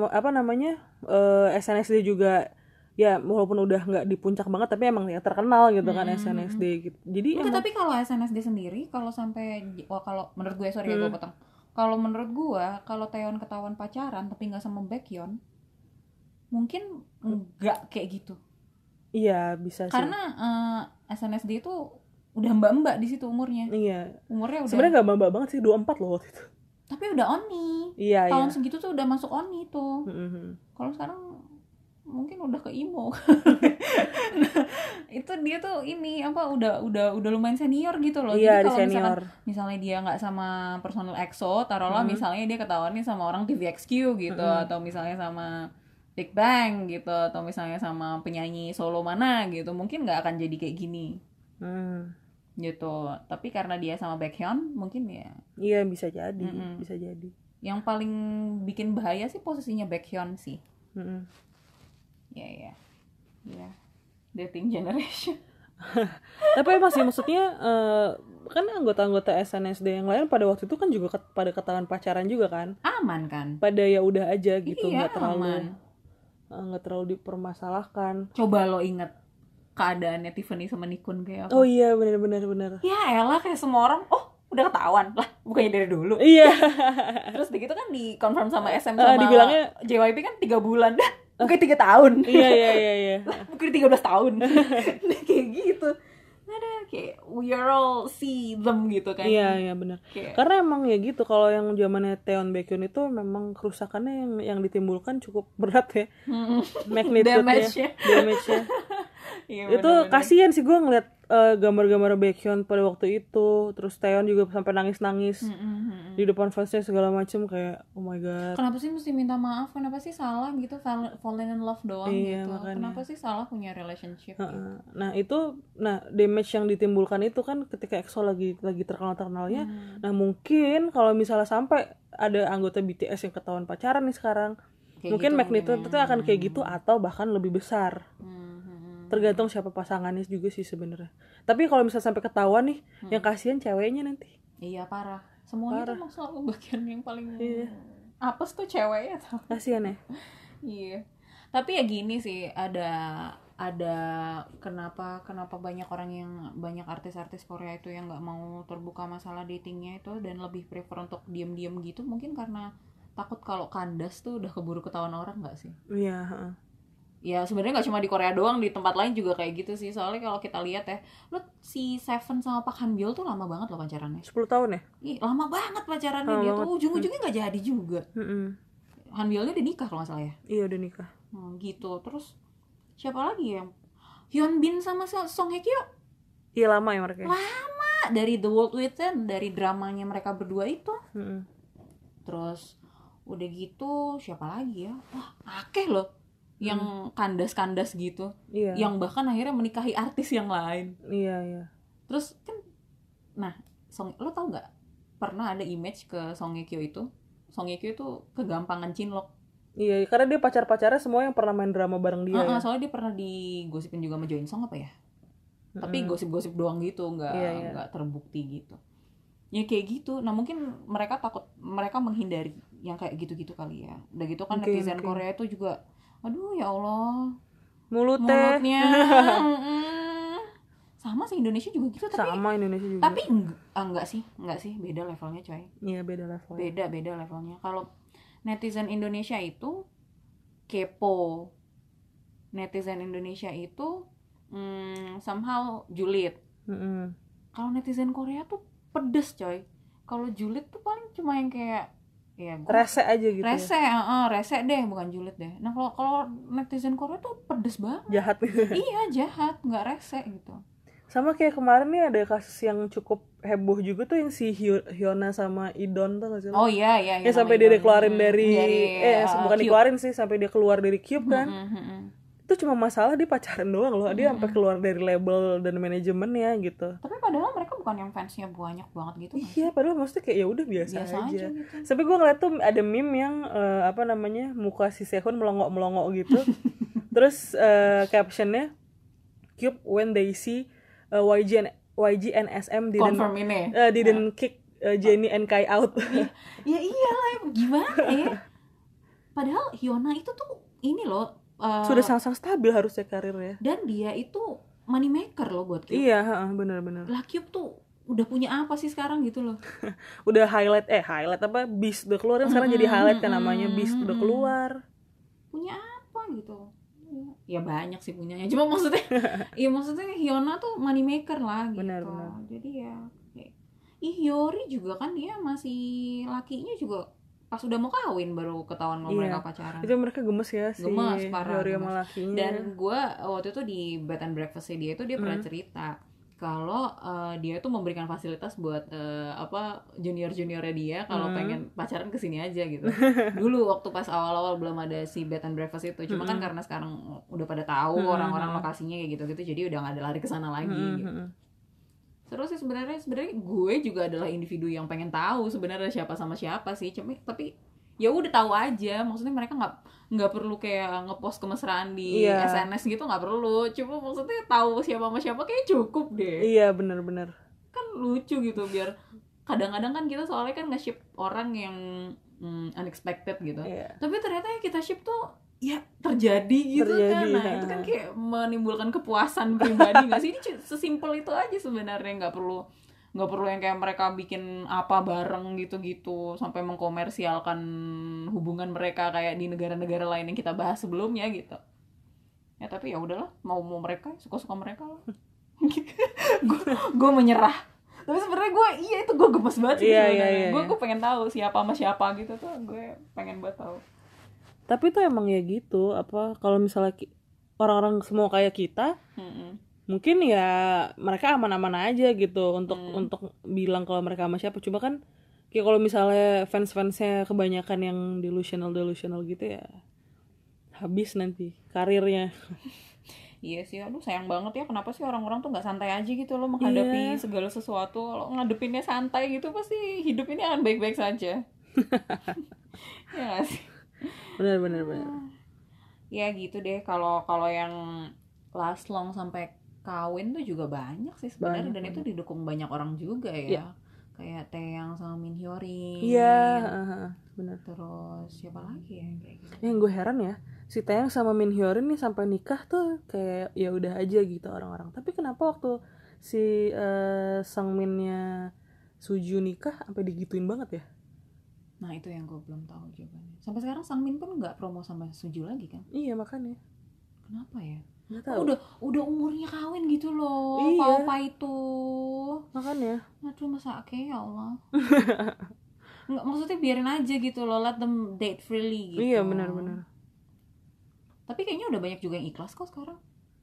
SNSD juga ya, walaupun udah nggak di puncak banget, tapi emang ya terkenal gitu kan SNSD gitu. Jadi tapi kalau SNSD sendiri, kalau sampai kalau menurut gue, sorry ya gue potong, Kalau menurut gua, kalau Taeyeon ketahuan pacaran tapi nggak sama Baekhyun, mungkin nggak kayak gitu. Iya bisa sih. Karena SNSD itu udah mbak-mbak di situ umurnya. Iya. Umurnya udah. Sebenarnya nggak mbak banget sih, 24 loh waktu itu. Tapi udah ONI. Iya. Tahun segitu tuh udah masuk ONI tuh. Kalau sekarang mungkin udah ke emo. Nah, itu dia tuh ini apa udah lumayan senior gitu loh. Iya, jadi kalau misalnya dia nggak sama personel EXO, taruhlah misalnya dia ketahuannya sama orang TVXQ gitu, atau misalnya sama Big Bang gitu, atau misalnya sama penyanyi solo mana gitu, mungkin nggak akan jadi kayak gini. Gitu. Tapi karena dia sama Baekhyun mungkin ya. Iya bisa jadi, bisa jadi. Yang paling bikin bahaya sih posisinya Baekhyun sih. Ya. Dating generation. Tapi emang sih maksudnya kan anggota-anggota SNSD yang lain pada waktu itu kan juga pada ketahuan pacaran juga kan. Aman kan? Pada ya udah aja gitu, iya, nggak terlalu dipermasalahkan. Coba lo inget keadaannya Tiffany sama Nikun kayak apa? Oh iya benar. Ya elah, kayak semua orang udah ketahuan lah, bukannya dari dulu. Iya. Terus begitu kan dikonfirm sama SM sama dibilangnya JYP kan 3 bulan dah. Bukan 3 tahun. Iya. Bukan 13 tahun. Kayak gitu. Ada kayak we are all see them gitu kan. Iya benar. Karena emang ya gitu, kalau yang zamannya Taeyeon Baekhyun itu memang kerusakannya yang ditimbulkan cukup berat ya. Magnitude-nya, damage-nya. Iya, itu kasihan sih gue ngeliat gambar-gambar Baekhyun pada waktu itu. Terus Taeyeon juga sampai nangis-nangis di depan fansnya segala macem, kayak oh my god. Kenapa sih mesti minta maaf? Kenapa sih salah gitu, falling in love doang gitu? Makanya. Kenapa sih salah punya relationship gitu? Nah damage yang ditimbulkan itu kan ketika EXO lagi terkenal-terkenalnya. Nah mungkin kalau misalnya sampai ada anggota BTS yang ketahuan pacaran nih sekarang, kayak mungkin gitu, magnitude itu akan kayak gitu atau bahkan lebih besar. Tergantung siapa pasangannya juga sih sebenarnya. Tapi kalau misalnya sampai ketahuan nih, yang kasihan ceweknya nanti. Iya parah. Semuanya tuh emang selalu bagian yang paling apes tuh ceweknya tau. Kasihan ya. Iya. Tapi ya gini sih, ada kenapa banyak orang yang banyak artis-artis Korea itu yang nggak mau terbuka masalah datingnya itu dan lebih prefer untuk diam-diam gitu, mungkin karena takut kalau kandas tuh udah keburu ketahuan orang nggak sih? Iya. Ya sebenarnya nggak cuma di Korea doang, di tempat lain juga kayak gitu sih. Soalnya kalau kita lihat ya, lo si Seven sama Park Han Byul tuh lama banget loh pacarannya. 10 tahun ya? Ih, lama banget pacarannya dia tuh. Ujung-ujungnya nggak jadi juga. Han Byulnya udah nikah kalau nggak salah ya. Iya udah nikah. Gitu. Terus siapa lagi yang Hyun Bin sama Song Hye Kyo? Iya lama ya mereka. Lama, dari The World Within, dari dramanya mereka berdua itu. Terus udah gitu siapa lagi ya? Wah, akeh loh yang kandas-kandas gitu. Yang bahkan akhirnya menikahi artis yang lain. Iya. Terus kan lo tau nggak, pernah ada image ke Song Hye Kyo itu? Song Hye Kyo itu kegampangan cinlok. Iya, karena dia pacar-pacarnya semua yang pernah main drama bareng dia. Soalnya dia pernah digosipin juga sama Jo In Sung apa ya? Tapi gosip-gosip doang gitu, nggak terbukti gitu. Ya kayak gitu. Nah mungkin mereka menghindari yang kayak gitu-gitu kali ya. Udah gitu kan netizen Korea itu juga, aduh ya Allah, mulutnya sama sih, Indonesia juga gitu. Sama Indonesia juga. Tapi enggak sih, beda levelnya coy. Iya beda levelnya. Beda levelnya. Kalau netizen Indonesia itu kepo, netizen Indonesia itu somehow julid. Kalau netizen Korea tuh pedes coy. Kalau julid tuh paling cuma yang kayak ya rese aja gitu. Rese deh, bukan julid deh. Nah kalau netizen Korea tuh pedes banget. Jahat. Iya jahat, nggak rese gitu. Sama kayak kemarin nih ada kasus yang cukup heboh juga tuh, yang si Hyuna sama Idon tuh nggak sih? Oh iya. Ya sampai dia dikeluarin dari bukan dikeluarin sih, sampai dia keluar dari Cube kan. Itu cuma masalah dia pacaran doang loh. Dia sampai keluar dari label dan manajemennya gitu. Tapi padahal mereka bukan yang fansnya banyak banget gitu. Iya, padahal maksudnya kayak ya udah biasa aja gitu. Sampai gue ngeliat tuh ada meme yang muka si Sehun melongok gitu. Terus captionnya, Cube when they see YG and SM didn't kick Jennie and Kai out. Ya iyalah, gimana ya? Padahal Hyuna itu tuh ini loh, sudah sangat stabil harusnya karirnya. Dan dia itu money maker loh buat Cube. Iya, benar-benar. Lah Cube tuh udah punya apa sih sekarang gitu loh. Udah highlight apa, Beast udah keluar kan sekarang jadi highlight kan namanya, Beast udah keluar. Punya apa gitu. Ya banyak sih punyanya, cuma maksudnya ya maksudnya Hyuna tuh money maker lah gitu. Benar. Jadi ya Hiyori juga kan dia masih lakinya juga pas udah mau kawin baru ketahuan kalau mereka pacaran. Itu mereka gemes ya sih. Gemes parah. Hiyori sama lakinya. Dan gue waktu itu di bed and breakfast dia itu dia pernah cerita kalau dia tuh memberikan fasilitas buat juniornya dia kalau pengen pacaran kesini aja gitu. Dulu waktu pas awal-awal belum ada si bed and breakfast itu, cuma kan karena sekarang udah pada tahu orang-orang lokasinya kayak gitu jadi udah nggak ada lari ke sana lagi gitu. Terus sih sebenarnya gue juga adalah individu yang pengen tahu sebenarnya siapa sama siapa sih, tapi ya udah tahu aja, maksudnya mereka nggak perlu kayak ngepost kemesraan di SNS gitu, nggak perlu, cuma maksudnya tahu siapa sama siapa kayak cukup deh. Iya benar kan lucu gitu, biar kadang-kadang kan kita soalnya kan nge-ship orang yang unexpected gitu, tapi ternyata yang kita ship tuh ya terjadi gitu kan. Nah itu kan kayak menimbulkan kepuasan pribadi nggak sih? Ini sesimpel itu aja sebenarnya, nggak perlu yang kayak mereka bikin apa bareng gitu sampai mengkomersialkan hubungan mereka kayak di negara-negara lain yang kita bahas sebelumnya gitu. Ya tapi ya udahlah, mau mereka suka mereka lah. gue menyerah. Tapi sebenarnya itu gue gemes banget sih sebenarnya. Gue pengen tahu siapa sama siapa gitu tuh, gue pengen banget tahu. Tapi tuh emang ya gitu, kalau misalnya orang-orang semua kayak kita, mungkin ya mereka aman-aman aja gitu untuk bilang kalau mereka sama siapa. Cuma kan kayak kalau misalnya fans-fansnya kebanyakan yang delusional gitu ya habis nanti karirnya. Iya sih, aduh sayang banget ya, kenapa sih orang-orang tuh nggak santai aja gitu loh menghadapi segala sesuatu. Kalau ngadepinnya santai gitu pasti hidup ini akan baik-baik saja. Ya gak sih? Benar. Ya gitu deh, kalau yang last long sampai kawin tuh juga banyak sih sebenarnya, dan itu didukung banyak orang juga ya. Kayak Taeyang sama Min Hyorin. Iya, benar. Terus siapa lagi ya kayak gitu. Yang gue heran ya, si Taeyang sama Min Hyorin nih sampai nikah tuh kayak ya udah aja gitu orang-orang. Tapi kenapa waktu si Sangminnya Suju nikah sampai digituin banget ya? Nah itu yang gue belum tahu jawabannya. Sampai sekarang Sangmin pun nggak promo sama Suju lagi kan? Iya makanya. Kenapa ya? Nggak tahu. Udah umurnya kawin gitu loh. Iya. Apa itu? Makanya. Aduh masa ya Allah. Nggak, maksudnya biarin aja gitu loh, let them date freely gitu. Iya benar. Tapi kayaknya udah banyak juga yang ikhlas kok sekarang.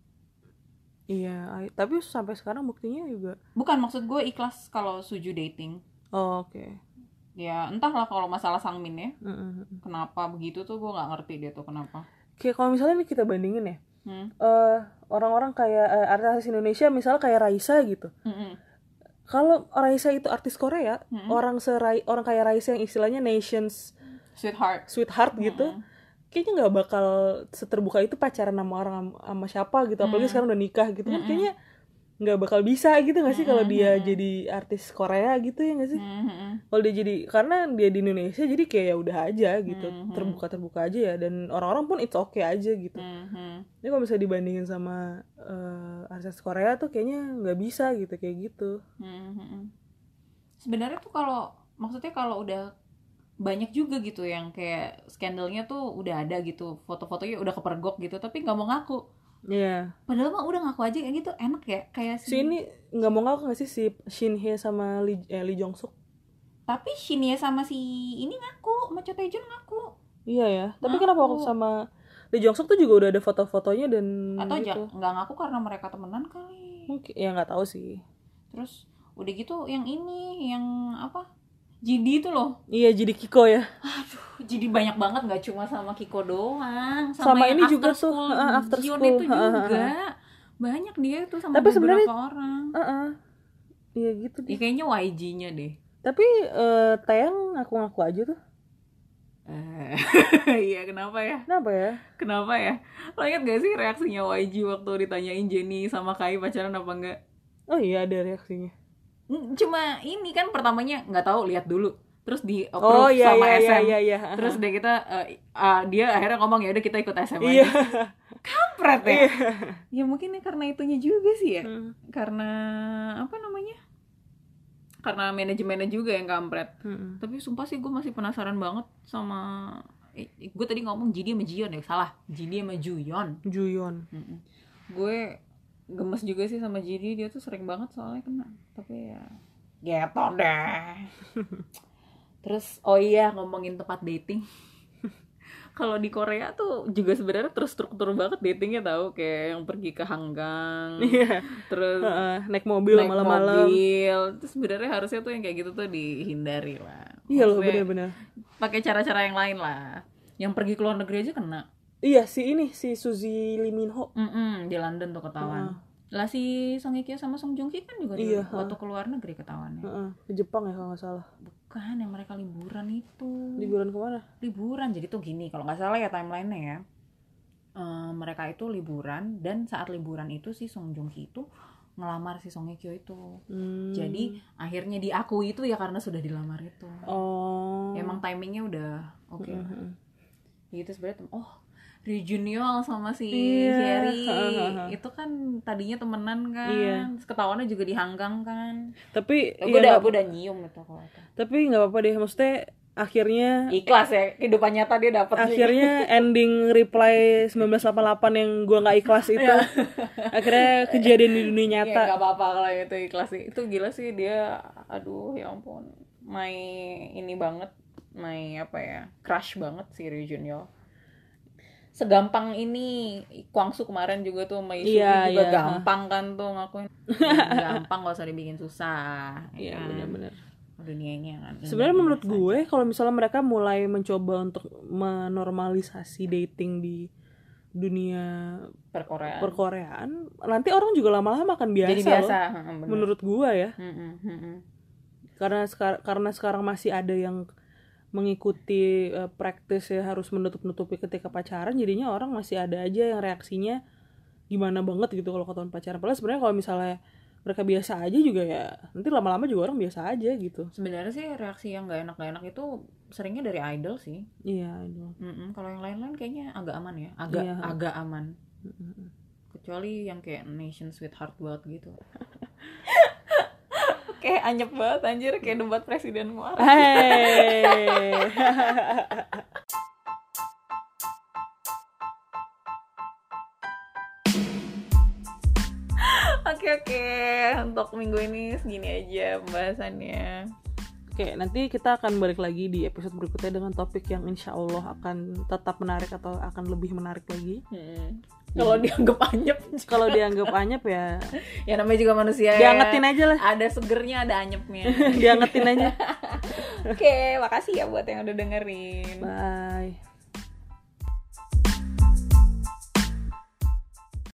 Iya, tapi sampai sekarang buktinya juga. Bukan, maksud gue ikhlas kalau Suju dating. Oh, oke. Ya entahlah kalau masalah Sangmin ya. Kenapa begitu tuh gue nggak ngerti dia tuh kenapa. Kayak kalau misalnya nih kita bandingin ya, orang-orang kayak artis Indonesia misalnya kayak Raisa gitu. Kalau Raisa itu artis Korea, orang kayak Raisa yang istilahnya nations sweetheart gitu, kayaknya nggak bakal seterbuka itu pacaran sama orang sama siapa gitu. Apalagi sekarang udah nikah gitu, kayaknya nggak bakal bisa gitu nggak sih kalau dia jadi artis Korea gitu ya nggak sih? Kalau dia jadi, karena dia di Indonesia jadi kayak ya udah aja gitu, terbuka aja ya, dan orang-orang pun it's okay aja gitu. Ini kalau misalnya dibandingin sama artis Korea tuh kayaknya nggak bisa gitu kayak gitu. Sebenarnya tuh maksudnya kalau udah banyak juga gitu yang kayak skandalnya tuh udah ada gitu, foto-fotonya udah kepergok gitu, tapi nggak mau ngaku. Iya. Padahal mah udah ngaku aja kayak gitu enak ya, kayak si ini nggak mau ngaku nggak sih si Shin Hye sama Lee Jong Suk? Tapi Shin Hye sama si ini ngaku, sama Cho Tae-jun ngaku. Iya ya. Tapi kenapa waktu sama Lee Jong Suk tuh juga udah ada foto-fotonya dan atau gitu. Nggak ngaku karena mereka temenan kali. Mungkin ya nggak tahu sih. Terus udah gitu yang ini yang apa? Jidi itu loh. Iya, Jidi Kiko ya. Aduh, Jidi banyak banget, nggak cuma sama Kiko doang, sama yang ini juga tuh After School itu juga banyak dia tuh sama tapi beberapa orang. Iya gitu deh. Ya, kayaknya YG-nya deh. Tapi Taeyang ngaku-ngaku aja tuh. Iya, kenapa ya? Kenapa ya? Lo ingat gak sih reaksinya YG waktu ditanyain Jennie sama Kai pacaran apa enggak? Oh iya, ada reaksinya. Cuma ini kan pertamanya nggak tahu, lihat dulu, terus di approve sama SM. Iya. Terus dia akhirnya ngomong ya udah kita ikut SM aja. Kampret ya. Ya mungkin karena itunya juga sih ya. Karena apa namanya? karena manajemennya juga yang kampret. Tapi sumpah sih gue masih penasaran banget sama gue tadi ngomong Jidi sama Jion ya, salah, Jidi sama Juyon. Gue gemes juga sih sama Jidi, dia tuh sering banget soalnya kena, tapi ya gitu deh. Terus oh iya, ngomongin tempat dating. Kalau di Korea tuh juga sebenarnya terstruktur banget datingnya, tahu, kayak yang pergi ke hanggang, terus naik mobil malam-malam. Terus sebenarnya harusnya tuh yang kayak gitu tuh dihindari lah. Iya loh, benar-benar. Pakai cara-cara yang lain lah. Yang pergi ke luar negeri aja kena. Iya, si Suzy Lee Min Ho. Di London tuh ketahuan. Lah si Song Hye Kyo sama Song Joong Ki kan juga waktu ke luar negeri ketahuannya. Ke Jepang ya kalau nggak salah. Bukan, yang mereka liburan itu. Liburan kemana? Liburan, jadi tuh gini, kalau nggak salah ya timelinenya ya. Mereka itu liburan, dan saat liburan itu si Song Joong Ki itu ngelamar si Song Hye Kyo itu. Jadi akhirnya diakui itu ya karena sudah dilamar itu. Emang timingnya udah oke. Gitu sebenarnya Ryujunyeol sama si Harry itu kan tadinya temenan kan, terus ketahuannya juga di hanggang kan. Tapi gue udah nyium itu kalau itu. Tapi nggak apa-apa deh, maksudnya akhirnya ikhlas ya, kehidupan nyata dia dapat. Akhirnya ending Reply 1988 yang gue nggak ikhlas itu akhirnya kejadian di dunia nyata. Nggak apa-apa kalau itu ikhlas sih. Itu gila sih dia, aduh ya ampun, ini banget, crush banget si Ryujunyeol. Segampang ini Kwangsu kemarin juga tuh sama Isu juga gampang kan tuh ngakuin. Gampang, gak usah dibikin susah. Iya kan? Benar-benar. Dunia ini kan. Sebenarnya menurut gue kalau misalnya mereka mulai mencoba untuk menormalisasi dating di dunia perkoreaan, nanti orang juga lama-lama akan biasa. Jadi biasa loh, menurut gue ya. Karena sekarang masih ada yang mengikuti praktis ya harus menutup-nutupi ketika pacaran, jadinya orang masih ada aja yang reaksinya gimana banget gitu kalau ketahuan pacaran. Padahal sebenarnya kalau misalnya mereka biasa aja juga ya nanti lama-lama juga orang biasa aja gitu. Sebenarnya sih reaksi yang gak enak itu seringnya dari idol sih. Iya, idol. Kalau yang lain-lain kayaknya agak aman ya, agak aman. Kecuali yang kayak Nation Sweetheart banget gitu. Kayak anyep banget anjir, kayak debat presiden kemarin. Oke, untuk minggu ini segini aja pembahasannya. Oke, nanti kita akan balik lagi di episode berikutnya dengan topik yang insya Allah akan tetap menarik atau akan lebih menarik lagi. Kalau dianggap anyep. Kalau dianggap anyep ya. Ya namanya juga manusia. Diangetin aja lah. Ada segernya, ada anyepnya. Diangetin aja. Oke, makasih ya buat yang udah dengerin. Bye.